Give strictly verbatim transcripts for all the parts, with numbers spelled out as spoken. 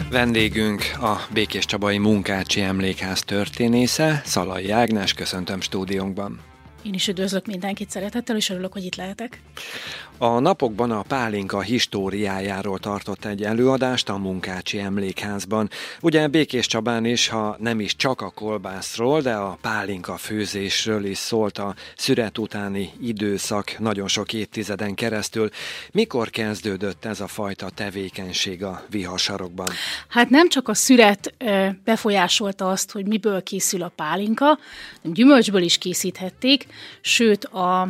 Vendégünk a Békéscsabai Munkácsi Emlékház történésze, Szalai Ágnes, köszöntöm stúdiónkban. Én is üdvözlök mindenkit szeretettel, és örülök, hogy itt lehetek. A napokban a pálinka históriájáról tartott egy előadást a Munkácsi Emlékházban. Ugye Békéscsabán is, ha nem is csak a kolbászról, de a pálinka főzésről is szólt a szüret utáni időszak nagyon sok évtizeden keresztül. Mikor kezdődött ez a fajta tevékenység a Vihar-sarokban? Hát nem csak a szüret befolyásolta azt, hogy miből készül a pálinka, hanem gyümölcsből is készíthették, sőt a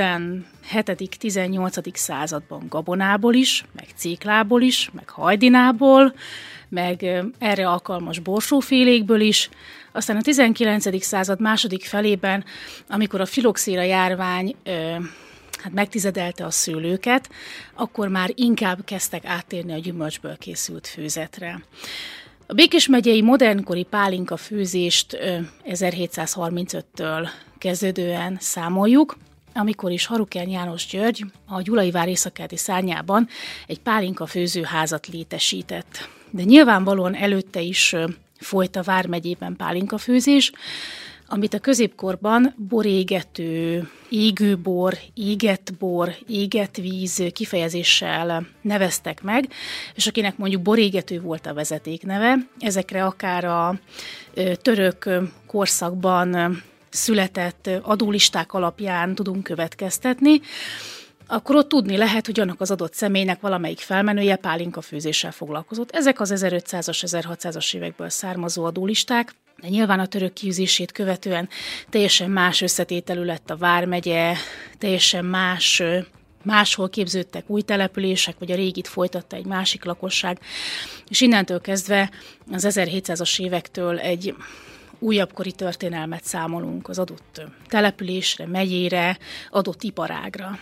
tizenhetedik-tizennyolcadik században gabonából is, meg céklából is, meg hajdinából, meg erre alkalmas borsófélékből is. Aztán a tizenkilencedik század második felében, amikor a filoxéra járvány hát megtizedelte a szőlőket, akkor már inkább kezdtek áttérni a gyümölcsből készült főzetre. A Békés megyei modernkori pálinka főzést ezerhétszázharmincöttől kezdődően számoljuk, amikor is Harukern János György a Gyulai-vár északkeleti szárnyában egy pálinka főzőházat létesített. De nyilvánvalóan előtte is folyt a vármegyében pálinkafőzés, amit a középkorban borégető, égőbor, égett bor, égett víz kifejezéssel neveztek meg, és akinek mondjuk borégető volt a vezetékneve, ezekre akár a török korszakban született adólisták alapján tudunk következtetni, akkor ott tudni lehet, hogy annak az adott személynek valamelyik felmenője pálinkafőzéssel foglalkozott. Ezek az ezerötszázas, ezerhatszázas évekből származó adólisták, de nyilván a török kiűzését követően teljesen más összetételű lett a vármegye, teljesen más, máshol képződtek új települések, vagy a régit folytatta egy másik lakosság, és innentől kezdve az ezerhétszázas évektől egy újabbkori történelmet számolunk az adott településre, megyére, adott iparágra.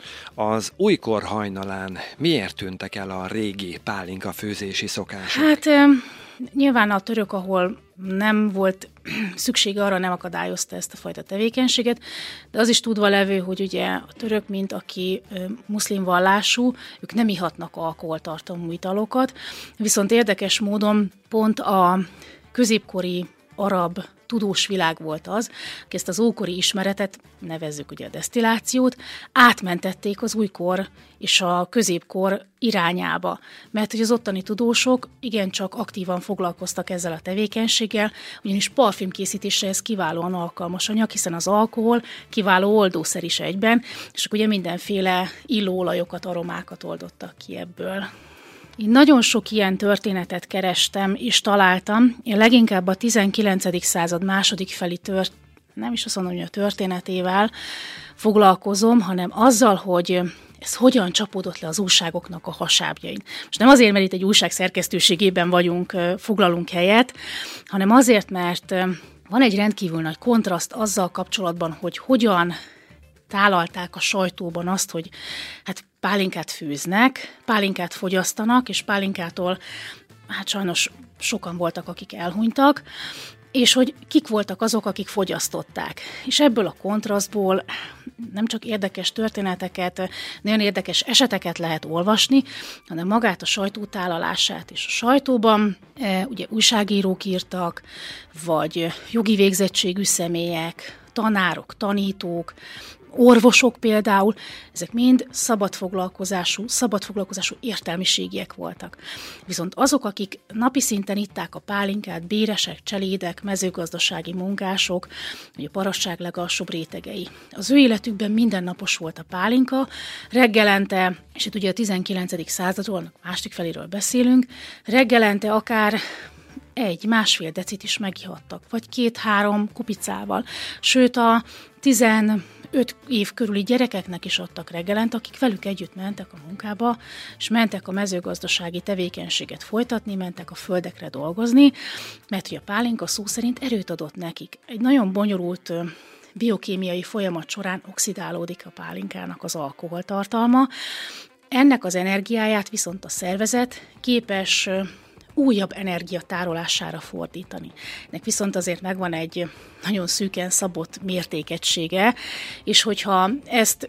Az újkor hajnalán miért tűntek el a régi pálinka főzési szokások? Hát nyilván a török, ahol nem volt szüksége arra, nem akadályozta ezt a fajta tevékenységet, de az is tudva levő, hogy ugye a török, mint aki muszlim vallású, ők nem ihatnak alkoholtartalmú italokat, viszont érdekes módon pont a középkori arab tudós világ volt az, aki ezt az ókori ismeretet, nevezzük ugye a desztillációt, átmentették az újkor és a középkor irányába. Mert hogy az ottani tudósok igencsak aktívan foglalkoztak ezzel a tevékenységgel, ugyanis parfümkészítésre ez kiválóan alkalmas anyag, hiszen az alkohol kiváló oldószer is egyben, és akkor ugye mindenféle illóolajokat, aromákat oldottak ki ebből. Én nagyon sok ilyen történetet kerestem és találtam. Én leginkább a tizenkilencedik század második feli tört, nem is azt mondom, hogy a történetével foglalkozom, hanem azzal, hogy ez hogyan csapódott le az újságoknak a hasábjain. Most nem azért, mert itt egy újság szerkesztőségében vagyunk, foglalunk helyet, hanem azért, mert van egy rendkívül nagy kontraszt azzal kapcsolatban, hogy hogyan tálalták a sajtóban azt, hogy hát pálinkát főznek, pálinkát fogyasztanak, és pálinkától hát sajnos sokan voltak, akik elhunytak, és hogy kik voltak azok, akik fogyasztották. És ebből a kontrasztból nem csak érdekes történeteket, nagyon érdekes eseteket lehet olvasni, hanem magát a sajtó tálalását is. A sajtóban e, ugye újságírók írtak, vagy jogi végzettségű személyek, tanárok, tanítók, orvosok például, ezek mind szabadfoglalkozású, szabadfoglalkozású értelmiségiek voltak. Viszont azok, akik napi szinten itták a pálinkát, béresek, cselédek, mezőgazdasági munkások, vagy a parasság legalsóbb rétegei. Az ő életükben mindennapos volt a pálinka, reggelente, és itt ugye a tizenkilencedik századról, második feléről beszélünk, reggelente akár egy, másfél decit is megihattak, vagy két-három kupicával. Sőt, a tizenöt év körüli gyerekeknek is adtak reggelent, akik velük együtt mentek a munkába, és mentek a mezőgazdasági tevékenységet folytatni, mentek a földekre dolgozni, mert hogy a pálinka szó szerint erőt adott nekik. Egy nagyon bonyolult biokémiai folyamat során oxidálódik a pálinkának az alkoholtartalma. Ennek az energiáját viszont a szervezet képes újabb energia tárolására fordítani. Ennek viszont azért megvan egy nagyon szűken szabott mértékegysége, és hogyha ezt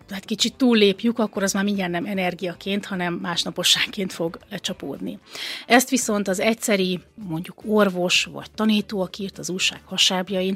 hát kicsit túllépjük, akkor az már mindjárt nem energiaként, hanem másnaposságként fog lecsapódni. Ezt viszont az egyszeri, mondjuk orvos vagy tanító, aki írt az újság hasábjain,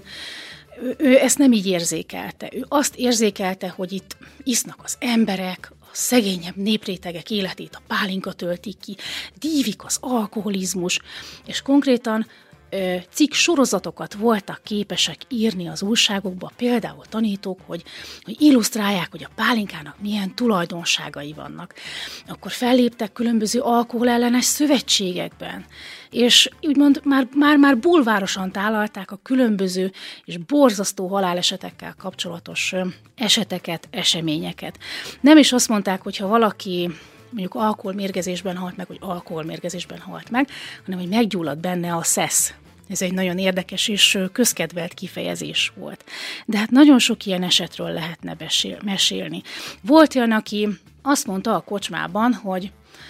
ő, ő ezt nem így érzékelte. Ő azt érzékelte, hogy itt isznak az emberek, a szegényebb néprétegek életét a pálinka töltik ki, dívik az alkoholizmus, és konkrétan cikk sorozatokat voltak képesek írni az újságokba, például tanítók, hogy, hogy illusztrálják, hogy a pálinkának milyen tulajdonságai vannak. Akkor felléptek különböző alkoholellenes szövetségekben, és úgymond már, már, már bulvárosan tálalták a különböző és borzasztó halálesetekkel kapcsolatos eseteket, eseményeket. Nem is azt mondták, hogy ha valaki mondjuk alkoholmérgezésben halt meg, hogy alkoholmérgezésben halt meg, hanem hogy meggyulladt benne a szesz. Ez egy nagyon érdekes és közkedvelt kifejezés volt. De hát nagyon sok ilyen esetről lehetne besél, mesélni. Volt olyan, aki azt mondta a kocsmában, hogy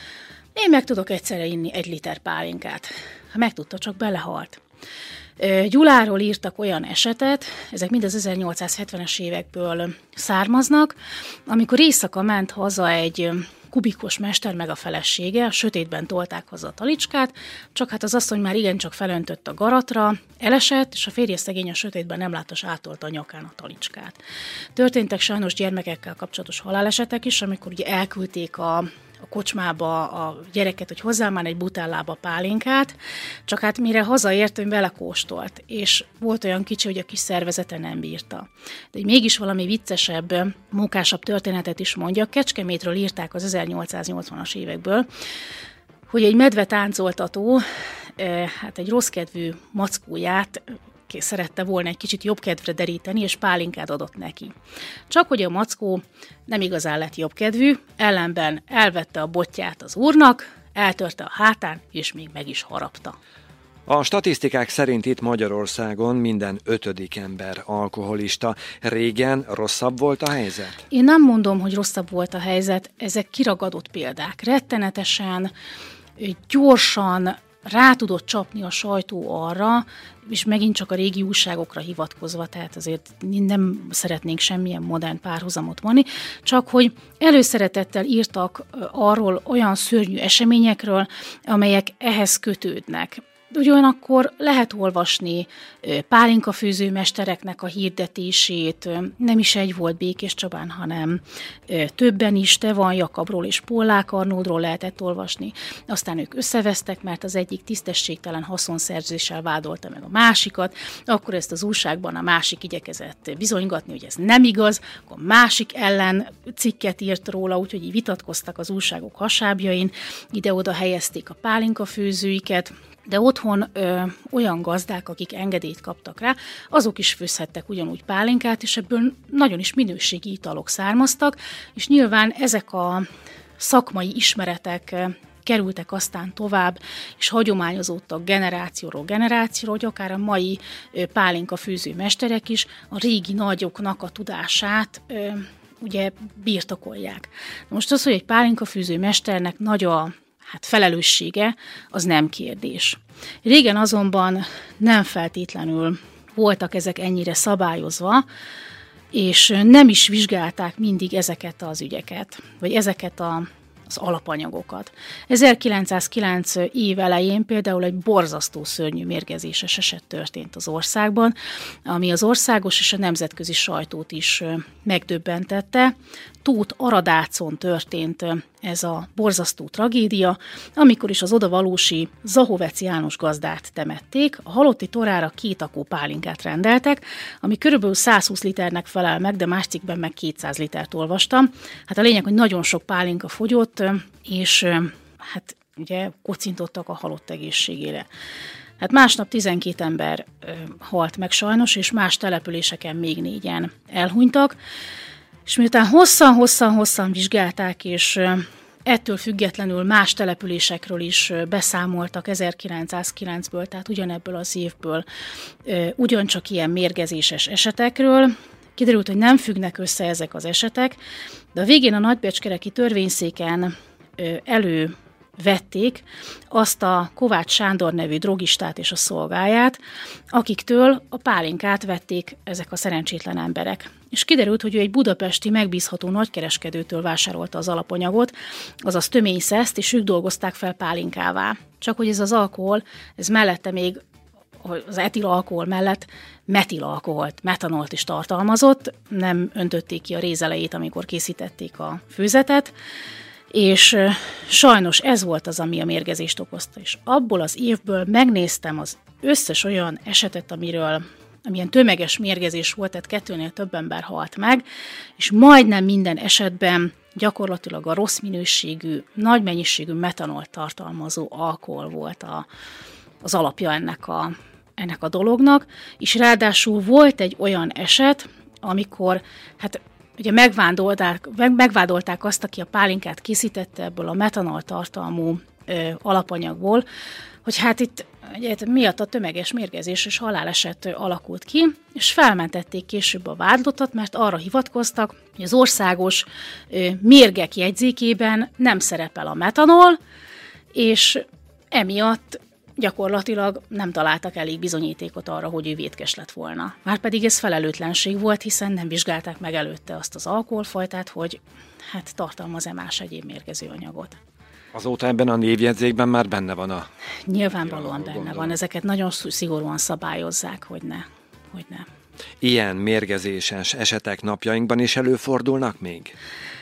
én meg tudok egyszerre inni egy liter pálinkát. Ha megtudta, csak belehalt. Gyuláról írtak olyan esetet, ezek mind az ezernyolcszázhetvenes évekből származnak, amikor éjszaka ment haza egy kubikus mester meg a felesége, a sötétben tolták haza a talicskát, csak hát az asszony már igencsak felöntött a garatra, elesett, és a férje szegény a sötétben nem látta, s átolta a nyakán a talicskát. Történtek sajnos gyermekekkel kapcsolatos halálesetek is, amikor ugye elküldték a a kocsmába a gyereket, hogy hozzá már egy butellába pálinkát, csak hát mire hazaért, ő belekóstolt, és volt olyan kicsi, hogy a kis szervezete nem bírta. De mégis valami viccesebb, mókásabb történetet is mondjak. Kecskemétről írták az ezernyolcszáznyolcvanas évekből, hogy egy medve táncoltató, hát egy rosszkedvű mackóját szerette volna egy kicsit jobb kedvre deríteni, és pálinkát adott neki. Csak hogy a mackó nem igazán lett jobbkedvű, ellenben elvette a botját az úrnak, eltörte a hátán, és még meg is harapta. A statisztikák szerint itt Magyarországon minden ötödik ember alkoholista. Régen rosszabb volt a helyzet? Én nem mondom, hogy rosszabb volt a helyzet, ezek kiragadott példák. Rettenetesen, gyorsan rá tudott csapni a sajtó arra, és megint csak a régi újságokra hivatkozva, tehát azért nem szeretnénk semmilyen modern párhuzamot vonni, csak hogy előszeretettel írtak arról olyan szörnyű eseményekről, amelyek ehhez kötődnek. Ugyanakkor lehet olvasni pálinkafőző mestereknek a hirdetését, nem is egy volt Békés Csabán, hanem többen is, Tevan Jakabról és Pollák Arnoldról lehetett olvasni. Aztán ők összevesztek, mert az egyik tisztességtelen haszonszerzéssel vádolta meg a másikat, akkor ezt az újságban a másik igyekezett bizonygatni, hogy ez nem igaz, akkor másik ellen cikket írt róla, úgyhogy így vitatkoztak az újságok hasábjain, ide-oda helyezték a pálinkafőzőiket, de otthon ö, olyan gazdák, akik engedélyt kaptak rá, azok is főzhettek ugyanúgy pálinkát, és ebből nagyon is minőségi italok származtak, és nyilván ezek a szakmai ismeretek kerültek aztán tovább, és hagyományozódtak generációról generációra, hogy akár a mai pálinkafőző mesterek is a régi nagyoknak a tudását ö, ugye birtokolják. Most az, hogy egy pálinkafőző mesternek nagy a hát felelőssége, az nem kérdés. Régen azonban nem feltétlenül voltak ezek ennyire szabályozva, és nem is vizsgálták mindig ezeket az ügyeket, vagy ezeket a, az alapanyagokat. ezerkilencszázkilenc év elején például egy borzasztó szörnyű mérgezéses eset történt az országban, ami az országos és a nemzetközi sajtót is megdöbbentette. Tóth Aradácon történt ez a borzasztó tragédia, amikor is az odavalósi Zahovec János gazdát temették, a halotti torára két akó pálinkát rendeltek, ami körülbelül százhúsz liternek felel meg, de más cikkben meg kétszáz litert olvastam. Hát a lényeg, hogy nagyon sok pálinka fogyott, és hát ugye kocintottak a halott egészségére. Hát másnap tizenkét ember halt meg sajnos, és más településeken még négyen elhunytak, és miután hosszan-hosszan-hosszan vizsgálták, és ettől függetlenül más településekről is beszámoltak ezerkilencszázkilencből, tehát ugyanebből az évből, ugyancsak ilyen mérgezéses esetekről, kiderült, hogy nem függnek össze ezek az esetek, de a végén a nagybecskereki törvényszéken elő vették azt a Kovács Sándor nevű drogistát és a szolgáját, akiktől a pálinkát vették ezek a szerencsétlen emberek. És kiderült, hogy ő egy budapesti megbízható nagykereskedőtől vásárolta az alapanyagot, azaz töményszeszt, és ők dolgozták fel pálinkává. Csak hogy ez az alkohol, ez mellette még az etilalkohol mellett metilalkoholt, metanolt is tartalmazott, nem öntötték ki a rézelejét, amikor készítették a főzetet, és sajnos ez volt az, ami a mérgezést okozta. És abból az évből megnéztem az összes olyan esetet, amiről amilyen tömeges mérgezés volt, tehát kettőnél több ember halt meg, és majdnem minden esetben gyakorlatilag a rossz minőségű, nagy mennyiségű metanolt tartalmazó alkohol volt a, az alapja ennek a, ennek a dolognak, és ráadásul volt egy olyan eset, amikor hát ugye megvádolták, megvádolták azt, aki a pálinkát készítette ebből a metanol tartalmú ö, alapanyagból, hogy hát itt ugye, miatt a tömeges mérgezés és haláleset alakult ki, és felmentették később a vádlottat, mert arra hivatkoztak, hogy az országos ö, mérgek jegyzékében nem szerepel a metanol, és emiatt gyakorlatilag nem találtak elég bizonyítékot arra, hogy ő vétkes lett volna. Márpedig ez felelőtlenség volt, hiszen nem vizsgálták meg előtte azt az alkoholfajtát, hogy hát tartalmaz-e más egyéb mérgező anyagot. Azóta ebben a névjegyzékben már benne van a... Nyilvánvalóan benne gondolom. Van, ezeket nagyon szigorúan szabályozzák, hogy ne, hogy ne. Ilyen mérgezéses esetek napjainkban is előfordulnak még?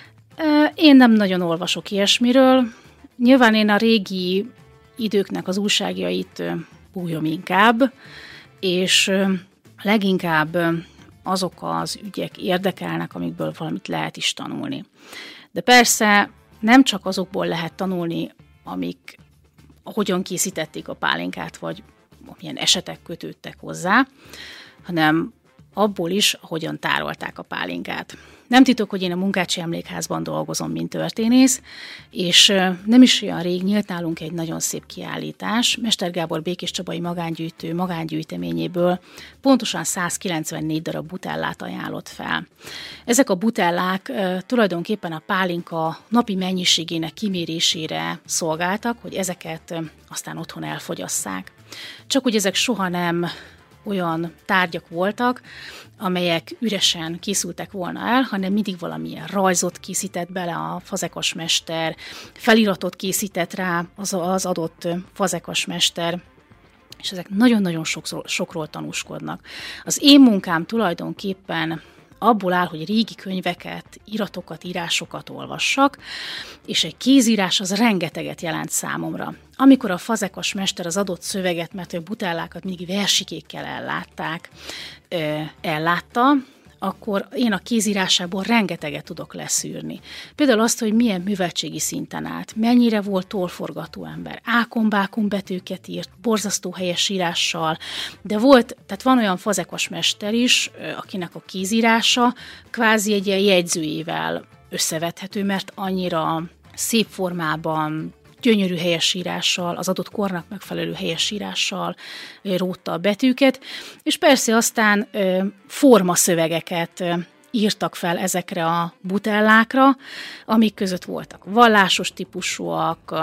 Én nem nagyon olvasok ilyesmiről. Nyilván én a régi időknek az újságjait bújom inkább, és leginkább azok az ügyek érdekelnek, amikből valamit lehet is tanulni. De persze nem csak azokból lehet tanulni, amik hogyan készítették a pálinkát, vagy milyen esetek kötődtek hozzá, hanem abból is, ahogyan tárolták a pálinkát. Nem titok, hogy én a Munkácsi Emlékházban dolgozom, mint történész, és nem is olyan rég nyílt nálunk egy nagyon szép kiállítás, Mester Gábor békéscsabai magángyűjtő magángyűjteményéből pontosan százkilencvennégy darab butellát ajánlott fel. Ezek a butellák e, tulajdonképpen a pálinka napi mennyiségének kimérésére szolgáltak, hogy ezeket e, aztán otthon elfogyasszák. Csak hogy ezek soha nem olyan tárgyak voltak, amelyek üresen készültek volna el, hanem mindig valamilyen rajzot készített bele a fazekasmester, feliratot készített rá az, az adott fazekasmester, és ezek nagyon-nagyon sokszor, sokról tanúskodnak. Az én munkám tulajdonképpen abból áll, hogy régi könyveket, iratokat, írásokat olvassak, és egy kézírás az rengeteget jelent számomra. Amikor a fazekas mester az adott szöveget, mert a butellákat mindig versikékkel ellátták, ellátta, akkor én a kézírásából rengeteget tudok leszűrni. Például azt, hogy milyen műveltségi szinten állt, mennyire volt tollforgató ember, ákon-bákon betűket írt, borzasztó helyes írással, de volt, tehát van olyan fazekas mester is, akinek a kézírása kvázi egy ilyen jegyzőjével összevethető, mert annyira szép formában, gyönyörű helyesírással, az adott kornak megfelelő helyesírással rótta a betűket, és persze aztán formaszövegeket írtak fel ezekre a butellákra, amik között voltak vallásos típusúak,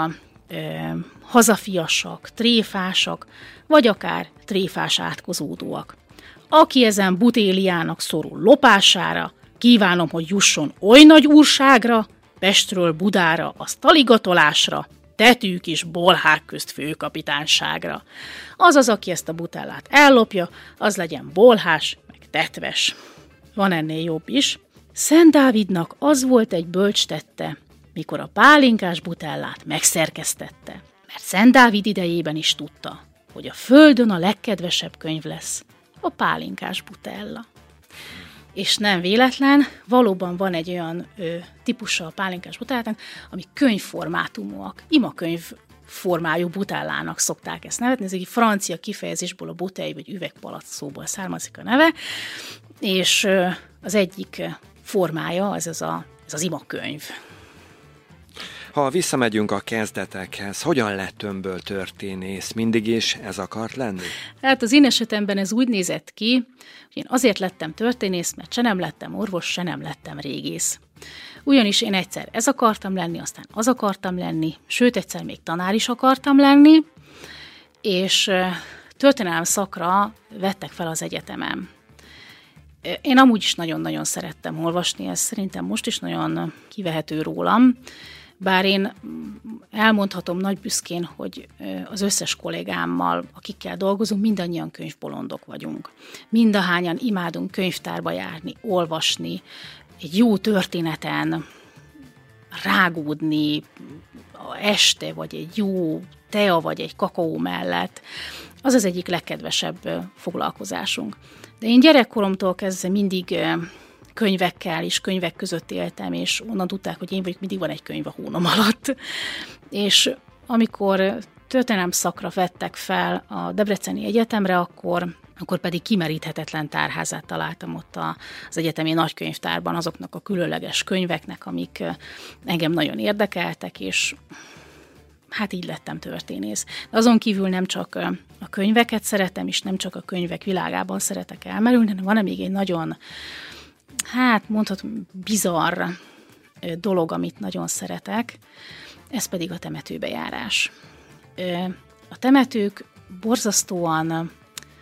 hazafiasak, tréfásak, vagy akár tréfás átkozódóak. Aki ezen butéliának szorul lopására, kívánom, hogy jusson oly nagy úrságra, Pestről Budára, a taligatolásra, tetűk is bolhák közt főkapitányságra. Azaz, aki ezt a butellát ellopja, az legyen bolhás, meg tetves. Van ennél jobb is. Szent Dávidnak az volt egy bölcs tette, mikor a pálinkás butellát megszerkesztette, mert Szent Dávid idejében is tudta, hogy a földön a legkedvesebb könyv lesz a pálinkás butella. És nem véletlen, valóban van egy olyan ö, típusa a pálinkás butellának, ami könyvformátumúak, imakönyv formájú butellának szokták ezt nevetni. Ez egy francia kifejezésből, a bouteille vagy üvegpalack szóból származik a neve, és ö, az egyik formája az az, a, az, az imakönyv. Ha visszamegyünk a kezdetekhez, hogyan lett önből történész? Mindig is ez akart lenni? Hát az én esetemben ez úgy nézett ki, hogy én azért lettem történész, mert se nem lettem orvos, se nem lettem régész. Ugyanis én egyszer ez akartam lenni, aztán az akartam lenni, sőt egyszer még tanár is akartam lenni, és történelem szakra vettek fel az egyetemen. Én amúgy is nagyon-nagyon szerettem olvasni, ez szerintem most is nagyon kivehető rólam, bár én elmondhatom nagy büszkén, hogy az összes kollégámmal, akikkel dolgozunk, mindannyian könyvbolondok vagyunk. Mindahányan imádunk könyvtárba járni, olvasni, egy jó történeten rágódni este, vagy egy jó tea, vagy egy kakaó mellett. Az az egyik legkedvesebb foglalkozásunk. De én gyerekkoromtól kezdve mindig könyvekkel és könyvek között éltem, és onnan tudták, hogy én vagyok, mindig van egy könyv a hónom alatt. És amikor történelem szakra vettek fel a Debreceni Egyetemre, akkor, akkor pedig kimeríthetetlen tárházát találtam ott az egyetemi nagykönyvtárban azoknak a különleges könyveknek, amik engem nagyon érdekeltek, és hát így lettem történész. De azon kívül nem csak a könyveket szeretem, és nem csak a könyvek világában szeretek elmerülni, hanem van még egy nagyon, hát mondhatom, bizarr dolog, amit nagyon szeretek, ez pedig a temetőbe járás. A temetők borzasztóan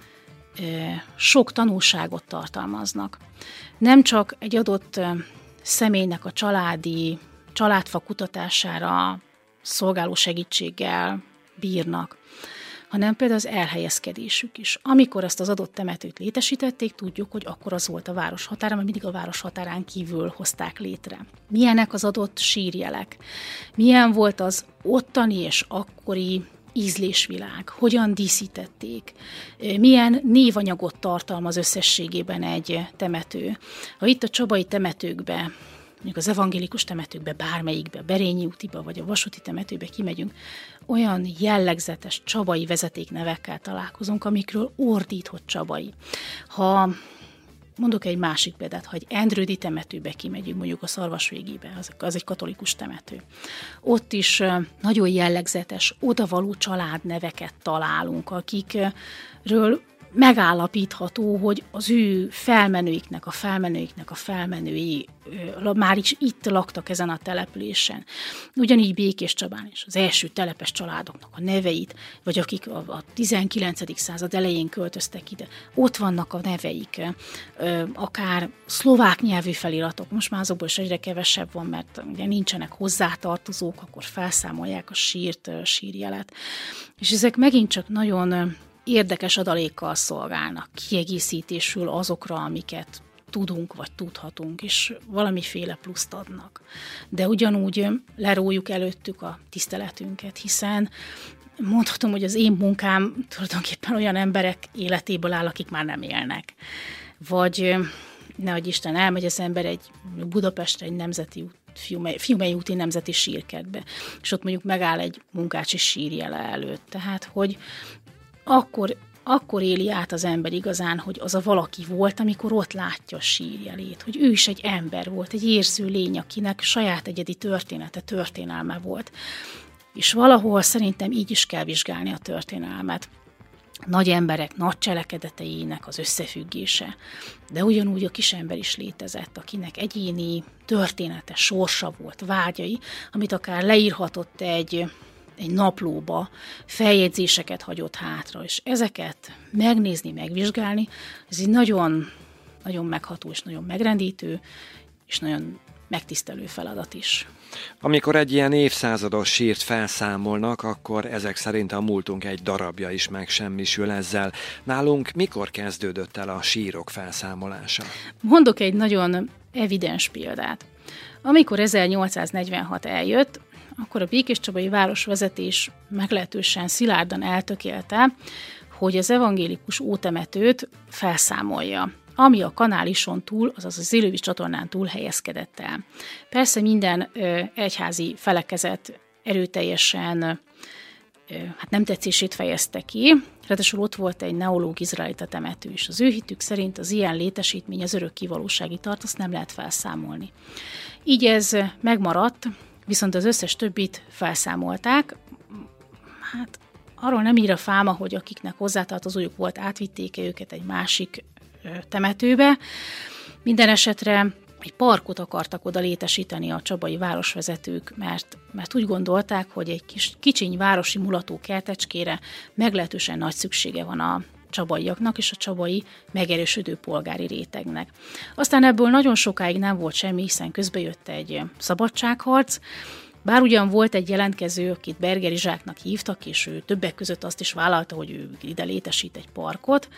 sok tanulságot tartalmaznak. Nem csak egy adott személynek a családi, családfa kutatására szolgáló segítséggel bírnak, hanem például az elhelyezkedésük is. Amikor ezt az adott temetőt létesítették, tudjuk, hogy akkor az volt a város határa, mert mindig a város határán kívül hozták létre. Milyenek az adott sírjelek? Milyen volt az ottani és akkori ízlésvilág? Hogyan díszítették? Milyen névanyagot tartalmaz összességében egy temető? Ha itt a csabai temetőkbe, mondjuk az evangélikus temetőkbe, bármelyikbe, a Berényi útiba vagy a vasúti temetőbe kimegyünk, olyan jellegzetes csabai vezetéknevekkel találkozunk, amikről ordíthat Csabai. Ha mondok egy másik példát, ha egy Endrődi temetőbe kimegyünk, mondjuk a Szarvasvégébe, az, az egy katolikus temető. Ott is nagyon jellegzetes, odavaló családneveket találunk, akikről megállapítható, hogy az ő felmenőiknek, a felmenőiknek a felmenői már is itt laktak ezen a településen. Ugyanígy Békéscsabán is az első telepes családoknak a neveit, vagy akik a tizenkilencedik század elején költöztek ide, ott vannak a neveik, akár szlovák nyelvű feliratok, most már azokból is egyre kevesebb van, mert ugye nincsenek hozzátartozók, akkor felszámolják a sírt, sírjelet. És ezek megint csak nagyon érdekes adalékkal szolgálnak, kiegészítésül azokra, amiket tudunk vagy tudhatunk, és valamiféle pluszt adnak. De ugyanúgy lerójuk előttük a tiszteletünket, hiszen mondhatom, hogy az én munkám tulajdonképpen olyan emberek életéből áll, akik már nem élnek. Vagy nehogy Isten, elmegy az ember egy Budapestre, egy nemzeti út, Fiumei úti nemzeti sírkertbe, és ott mondjuk megáll egy munkácsi sírjele előtt. Tehát, hogy Akkor, akkor éli át az ember igazán, hogy az a valaki volt, amikor ott látja a sírjelét, hogy ő is egy ember volt, egy érző lény, akinek saját egyedi története, történelme volt. És valahol szerintem így is kell vizsgálni a történelmet. Nagy emberek, nagy cselekedeteinek az összefüggése. De ugyanúgy a kisember is létezett, akinek egyéni története, sorsa volt, vágyai, amit akár leírhatott egy egy naplóba, feljegyzéseket hagyott hátra, és ezeket megnézni, megvizsgálni, ez egy nagyon, nagyon megható és nagyon megrendítő, és nagyon megtisztelő feladat is. Amikor egy ilyen évszázados sírt felszámolnak, akkor ezek szerint a múltunk egy darabja is megsemmisül ezzel. Nálunk mikor kezdődött el a sírok felszámolása? Mondok egy nagyon evidens példát. Amikor ezernyolcszáznegyvenhat eljött, akkor a békéscsabai városvezetés meglehetősen szilárdan eltökélte, hogy az evangélikus ótemetőt felszámolja, ami a kanálison túl, azaz az Élővíz csatornán túl helyezkedett el. Persze minden ö, egyházi felekezet erőteljesen ö, hát nem tetszését fejezte ki, ráadásul ott volt egy neológ izraelita temető is. Az ő hitük szerint az ilyen létesítmény az örökkévalósági tart, azt nem lehet felszámolni. Így ez megmaradt, viszont az összes többit felszámolták. Hát arról nem ír a fáma, hogy akiknek hozzátartozójuk volt, átvitték-e őket egy másik temetőbe. Minden esetre egy parkot akartak oda létesíteni a csabai városvezetők, mert, mert úgy gondolták, hogy egy kis, kicsiny városi mulató kertecskére meglehetősen nagy szüksége van a csabaiaknak és a csabai megerősödő polgári rétegnek. Aztán ebből nagyon sokáig nem volt semmi, hiszen közben jött egy szabadságharc, bár ugyan volt egy jelentkező, akit Bergeri Zsáknak hívtak, és ő többek között azt is vállalta, hogy ő ide létesít egy parkot,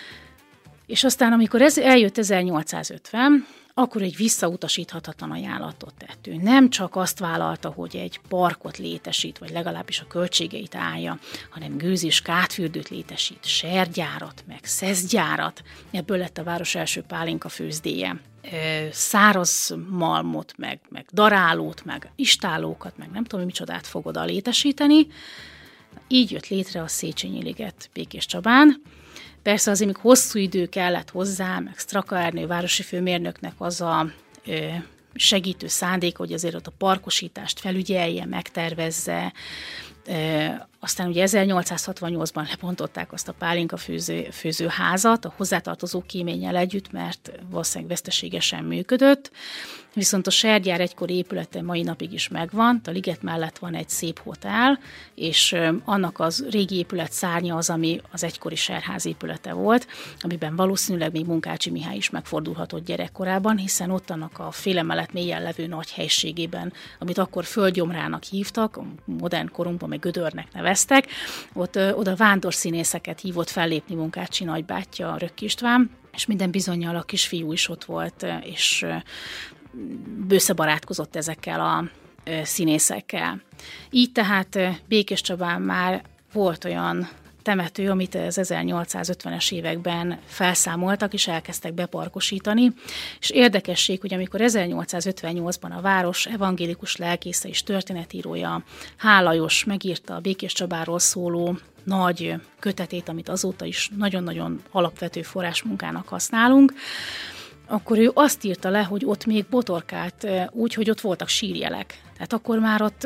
és aztán, amikor ez eljött ezernyolcszázötven, akkor egy visszautasíthatatlan ajánlatot tett. Ő nem csak azt vállalta, hogy egy parkot létesít, vagy legalábbis a költségeit állja, hanem gőz- és kátfürdőt létesít, sergyárat, meg szeszgyárat. Ebből lett a város első pálinka főzdéje. Száraz malmot, meg, meg darálót, meg istálókat, meg nem tudom, micsodát fog oda létesíteni. Így jött létre a Széchenyi liget Békéscsabán. Persze azért még hosszú idő kellett hozzá, meg Straka Ernő városi főmérnöknek az a ö, segítő szándék, hogy azért ott a parkosítást felügyelje, megtervezze. Ö, aztán ugye ezernyolcszázhatvannyolcban lebontották azt a pálinka főző, főzőházat, a hozzátartozó kéménnyel együtt, mert valószínűleg veszteségesen működött. Viszont a sergyár egykori épülete mai napig is megvan, a liget mellett van egy szép hotel, és annak az régi épület szárnya az, ami az egykori serház épülete volt, amiben valószínűleg még Munkácsi Mihály is megfordulhatott gyerekkorában, hiszen ott annak a félemelet mélyen levő nagy helységében, amit akkor földgyomrának hívtak, modern korunkban meg gödörnek neveztek, ott oda vándorszínészeket hívott fellépni Munkácsi nagybátyja, Rökk István, és minden bizonnyal a kisfiú is ott volt, és bőszebarátkozott ezekkel a színészekkel. Így tehát Békéscsabán már volt olyan temető, amit az ezernyolcszázötvenes években felszámoltak, és elkezdtek beparkosítani. És érdekesség, hogy amikor ezernyolcszázötvennyolcban a város evangélikus lelkésze és történetírója H. Lajos megírta a Békéscsabáról szóló nagy kötetét, amit azóta is nagyon-nagyon alapvető forrásmunkának használunk, akkor ő azt írta le, hogy ott még botorkált úgy, hogy ott voltak sírjelek. Tehát akkor már ott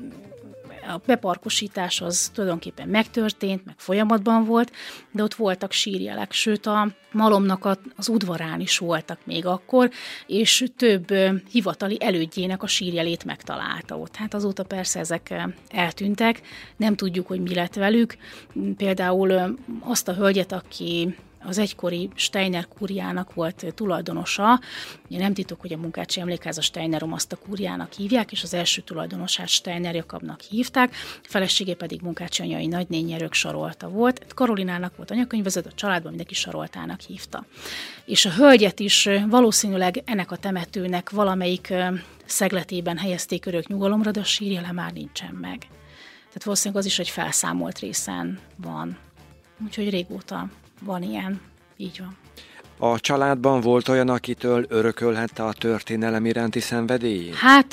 a beparkosítás az tulajdonképpen megtörtént, meg folyamatban volt, de ott voltak sírjelek, sőt a malomnak az udvarán is voltak még akkor, és több hivatali elődjének a sírjelét megtalálta ott. Hát azóta persze ezek eltűntek, nem tudjuk, hogy mi lett velük. Például azt a hölgyet, aki az egykori Steiner kúriának volt tulajdonosa. Ugye nem titok, hogy a Munkácsi Emlékház a Steiner azt a kúriának hívják, és az első tulajdonosát Steiner Jakabnak hívták, feleségé pedig Munkácsi anyai nagynénye Rökk Sarolta volt. Karolinának volt anyakönyvvezető, a családban mindenki Saroltának hívta. És a hölgyet is valószínűleg ennek a temetőnek valamelyik szegletében helyezték örök nyugalomra, de a sírjele már nincsen meg. Tehát valószínűleg az is egy felszámolt részen van. Úgyhogy régóta van ilyen, így van. A családban volt olyan, akitől örökölhette a történelem iránti szenvedélyét? Hát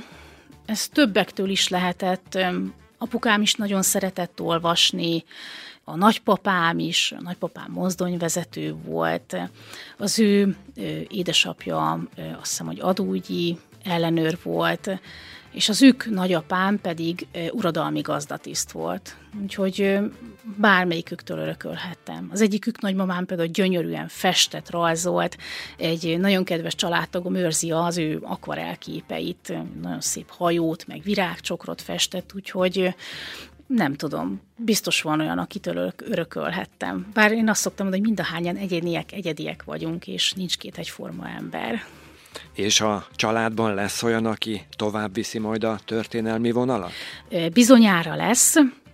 ez többektől is lehetett. Apukám is nagyon szeretett olvasni, a nagypapám is, a nagypapám mozdonyvezető volt. Az ő édesapja azt hiszem, hogy adóügyi ellenőr volt, és az ők nagyapám pedig uradalmi gazdatiszt volt. Úgyhogy bármelyiküktől örökölhettem. Az egyikük nagymamám például gyönyörűen festett, rajzolt, egy nagyon kedves családtagom őrzi az ő akvarelképeit, nagyon szép hajót, meg virágcsokrot festett, úgyhogy nem tudom, biztos van olyan, akitől örökölhettem. Bár én azt szoktam mondani, hogy mindahányan egyediek, egyediek vagyunk, és nincs két egyforma ember. És a családban lesz olyan, aki tovább viszi majd a történelmi vonalat? Bizonyára lesz.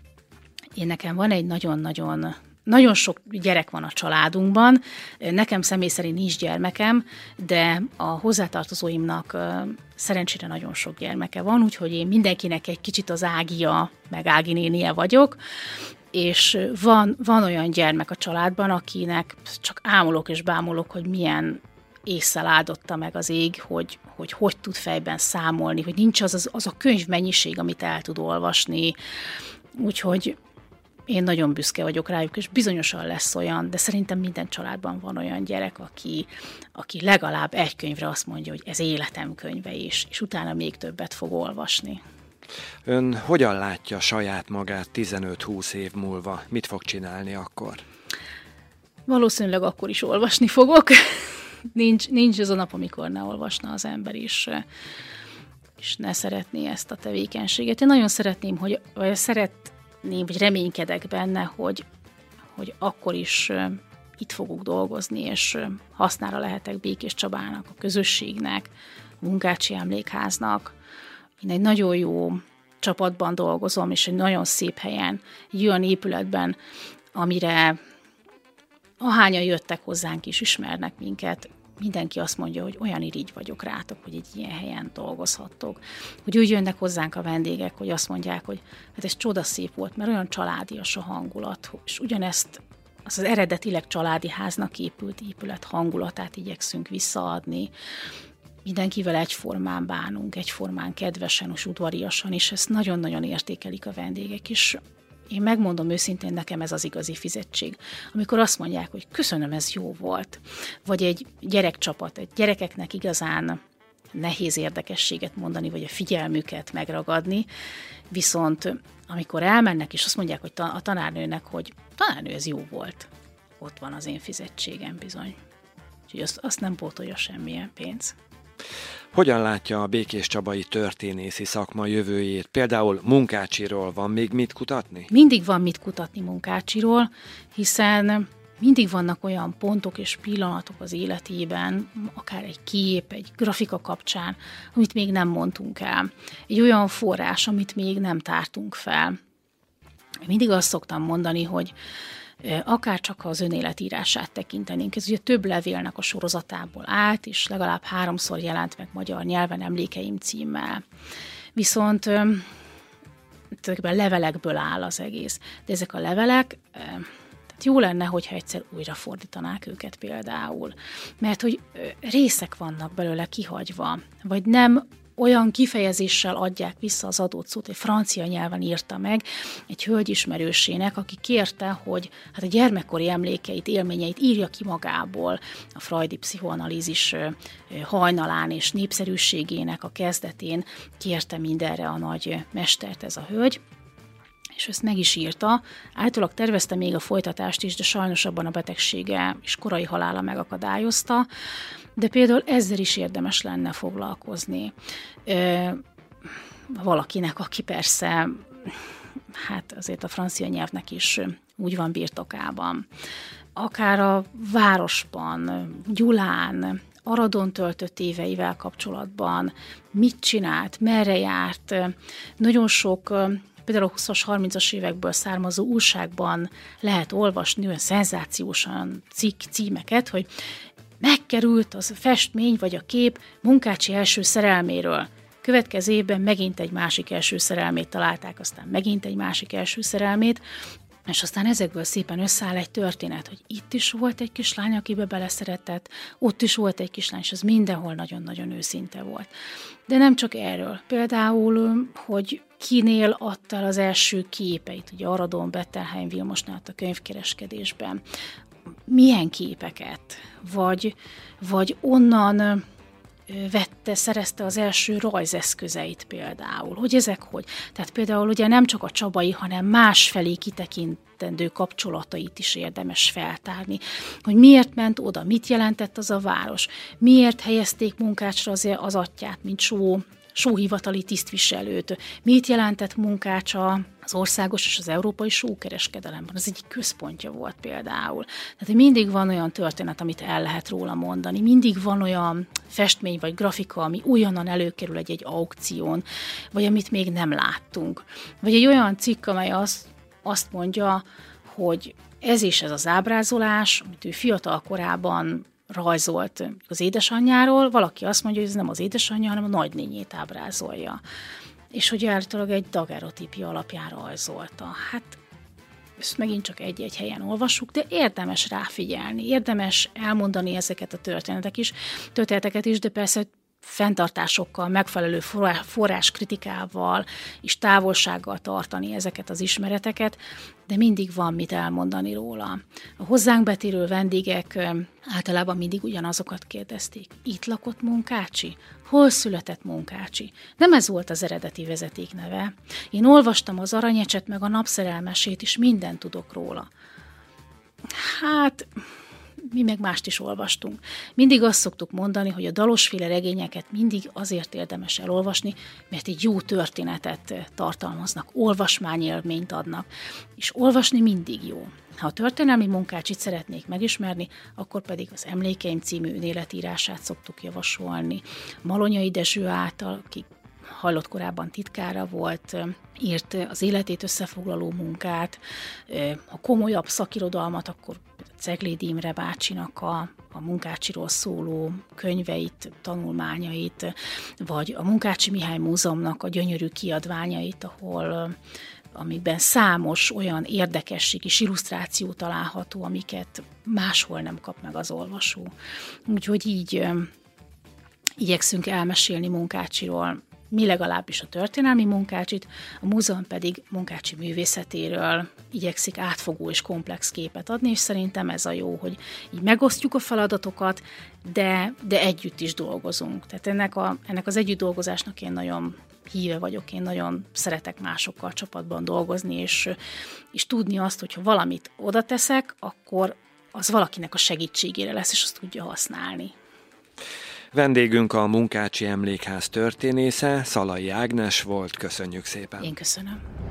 Én nekem van egy nagyon-nagyon, nagyon sok gyerek van a családunkban. Nekem személy szerint nincs gyermekem, de a hozzátartozóimnak szerencsére nagyon sok gyermeke van, úgyhogy én mindenkinek egy kicsit az Ágia, meg Ági nénie vagyok. És van, van olyan gyermek a családban, akinek csak ámulok és bámulok, hogy milyen ésszel áldotta meg az ég, hogy, hogy hogy tud fejben számolni, hogy nincs az, az, az a könyvmennyiség, amit el tud olvasni. Úgyhogy én nagyon büszke vagyok rájuk, és bizonyosan lesz olyan, de szerintem minden családban van olyan gyerek, aki, aki legalább egy könyvre azt mondja, hogy ez életem könyve is, és utána még többet fog olvasni. Ön hogyan látja saját magát tizenöt-húsz év múlva? Mit fog csinálni akkor? Valószínűleg akkor is olvasni fogok. nincs, nincs az a nap, amikor ne olvasna az ember is, és ne szeretné ezt a tevékenységet. Én nagyon szeretném, hogy vagy szeretném, vagy reménykedek benne, hogy, hogy akkor is itt fogok dolgozni, és hasznára lehetek Békés Csabának, a közösségnek, a Munkácsi Emlékháznak. Én egy nagyon jó csapatban dolgozom, és egy nagyon szép helyen, egy olyan épületben, amire ahányan jöttek hozzánk is, ismernek minket, mindenki azt mondja, hogy olyan irigy vagyok rátok, hogy egy ilyen helyen dolgozhattok. Hogy úgy jönnek hozzánk a vendégek, hogy azt mondják, hogy hát ez csodaszép volt, mert olyan családias a hangulat, és ugyanezt az, az eredetileg családi háznak épült épület hangulatát igyekszünk visszaadni. Mindenkivel egyformán bánunk, egyformán kedvesen és udvariasan, és ezt nagyon-nagyon értékelik a vendégek is. Én megmondom őszintén, nekem ez az igazi fizetség. Amikor azt mondják, hogy köszönöm, ez jó volt. Vagy egy gyerekcsapat, egy gyerekeknek igazán nehéz érdekességet mondani, vagy a figyelmüket megragadni, viszont amikor elmennek, és azt mondják hogy a tanárnőnek, hogy tanárnő, ez jó volt, ott van az én fizetségem bizony. Úgyhogy azt, azt nem pótolja semmilyen pénz. Hogyan látja a békéscsabai történészi szakma jövőjét? Például Munkácsiról van még mit kutatni? Mindig van mit kutatni Munkácsiról, hiszen mindig vannak olyan pontok és pillanatok az életében, akár egy kép, egy grafika kapcsán, amit még nem mondtunk el. Egy olyan forrás, amit még nem tártunk fel. Mindig azt szoktam mondani, hogy akár csak az önéletírását tekintenénk. Ez ugye több levélnek a sorozatából állt, és legalább háromszor jelent meg magyar nyelven Emlékeim címmel. Viszont tulajdonképpen levelekből áll az egész. De ezek a levelek, tehát jó lenne, hogyha egyszer újra fordítanák őket például. Mert hogy részek vannak belőle kihagyva, vagy nem olyan kifejezéssel adják vissza az adott szót, egy francia nyelven írta meg egy hölgyismerősének, aki kérte, hogy hát a gyermekkori emlékeit, élményeit írja ki magából a freudi pszichoanalízis hajnalán és népszerűségének a kezdetén, kérte mindenre a nagy mestert ez a hölgy, és ezt meg is írta. Általában tervezte még a folytatást is, de sajnos abban a betegsége és korai halála megakadályozta, de például ezzel is érdemes lenne foglalkozni. Ö, valakinek, aki persze, hát azért a francia nyelvnek is úgy van birtokában. Akár a városban, Gyulán, Aradon töltött éveivel kapcsolatban, mit csinált, merre járt, nagyon sok például a húszas, harmincas évekből származó újságban lehet olvasni olyan szenzációsan cikk címeket, hogy megkerült az festmény vagy a kép Munkácsi első szerelméről. Következő évben megint egy másik első szerelmét találták, aztán megint egy másik első szerelmét, és aztán ezekből szépen összeáll egy történet, hogy itt is volt egy kislány, akibe beleszeretett, ott is volt egy kislány, és ez mindenhol nagyon-nagyon őszinte volt. De nem csak erről. Például, hogy kinél adta el az első képeit, ugye Aradon, Bettelheim, Vilmosnál a könyvkereskedésben. Milyen képeket? Vagy, vagy onnan vette, szerezte az első rajzeszközeit például. Hogy ezek hogy? Tehát például ugye nem csak a csabai, hanem másfelé kitekintendő kapcsolatait is érdemes feltárni. Hogy miért ment oda, mit jelentett az a város, miért helyezték Munkácsra az, az atyját, mint só, sóhivatali tisztviselőt, mit jelentett Munkácsa az országos és az európai sókereskedelemben. Az egyik központja volt például. Tehát mindig van olyan történet, amit el lehet róla mondani. Mindig van olyan festmény vagy grafika, ami újonnan előkerül egy-egy aukción, vagy amit még nem láttunk. Vagy egy olyan cikk, amely azt, azt mondja, hogy ez is ez az ábrázolás, amit ő fiatal korában rajzolt az édesanyjáról, valaki azt mondja, hogy ez nem az édesanyja, hanem a nagynényét ábrázolja. És hogy általában egy daguerreotípia alapján rajzolta. Hát ezt megint csak egy-egy helyen olvassuk, de érdemes ráfigyelni, érdemes elmondani ezeket a történetek is, történeteket is, de persze fenntartásokkal, megfelelő forráskritikával és távolsággal tartani ezeket az ismereteket, de mindig van mit elmondani róla. A hozzánk betérő vendégek általában mindig ugyanazokat kérdezték. Itt lakott Munkácsi? Hol született Munkácsi? Nem ez volt az eredeti vezetékneve. Én olvastam az Aranyecset meg a Napszerelmesét, és mindent tudok róla. Hát... mi meg mást is olvastunk. Mindig azt szoktuk mondani, hogy a dalosféle regényeket mindig azért érdemes elolvasni, mert egy jó történetet tartalmaznak, olvasmányélményt adnak, és olvasni mindig jó. Ha a történelmi Munkácsit szeretnék megismerni, akkor pedig az Emlékeim című önéletírását szoktuk javasolni. Malonyai Dezső által, aki hallott korábban titkára volt, írt az életét összefoglaló munkát, a komolyabb szakirodalmat, akkor Ceglédi Imre bácsinak a, a Munkácsiról szóló könyveit, tanulmányait, vagy a Munkácsi Mihály Múzeumnak a gyönyörű kiadványait, ahol amikben számos olyan érdekesség és illusztráció található, amiket máshol nem kap meg az olvasó. Úgyhogy így igyekszünk elmesélni Munkácsiról, mi legalábbis a történelmi Munkácsit, a múzeum pedig Munkácsi művészetéről igyekszik átfogó és komplex képet adni, és szerintem ez a jó, hogy így megosztjuk a feladatokat, de, de együtt is dolgozunk. Tehát ennek, a, ennek az együtt dolgozásnak én nagyon híve vagyok, én nagyon szeretek másokkal csapatban dolgozni, és, és tudni azt, hogyha valamit oda teszek, akkor az valakinek a segítségére lesz, és azt tudja használni. Vendégünk a Munkácsi Emlékház történésze, Szalai Ágnes volt. Köszönjük szépen! Én köszönöm!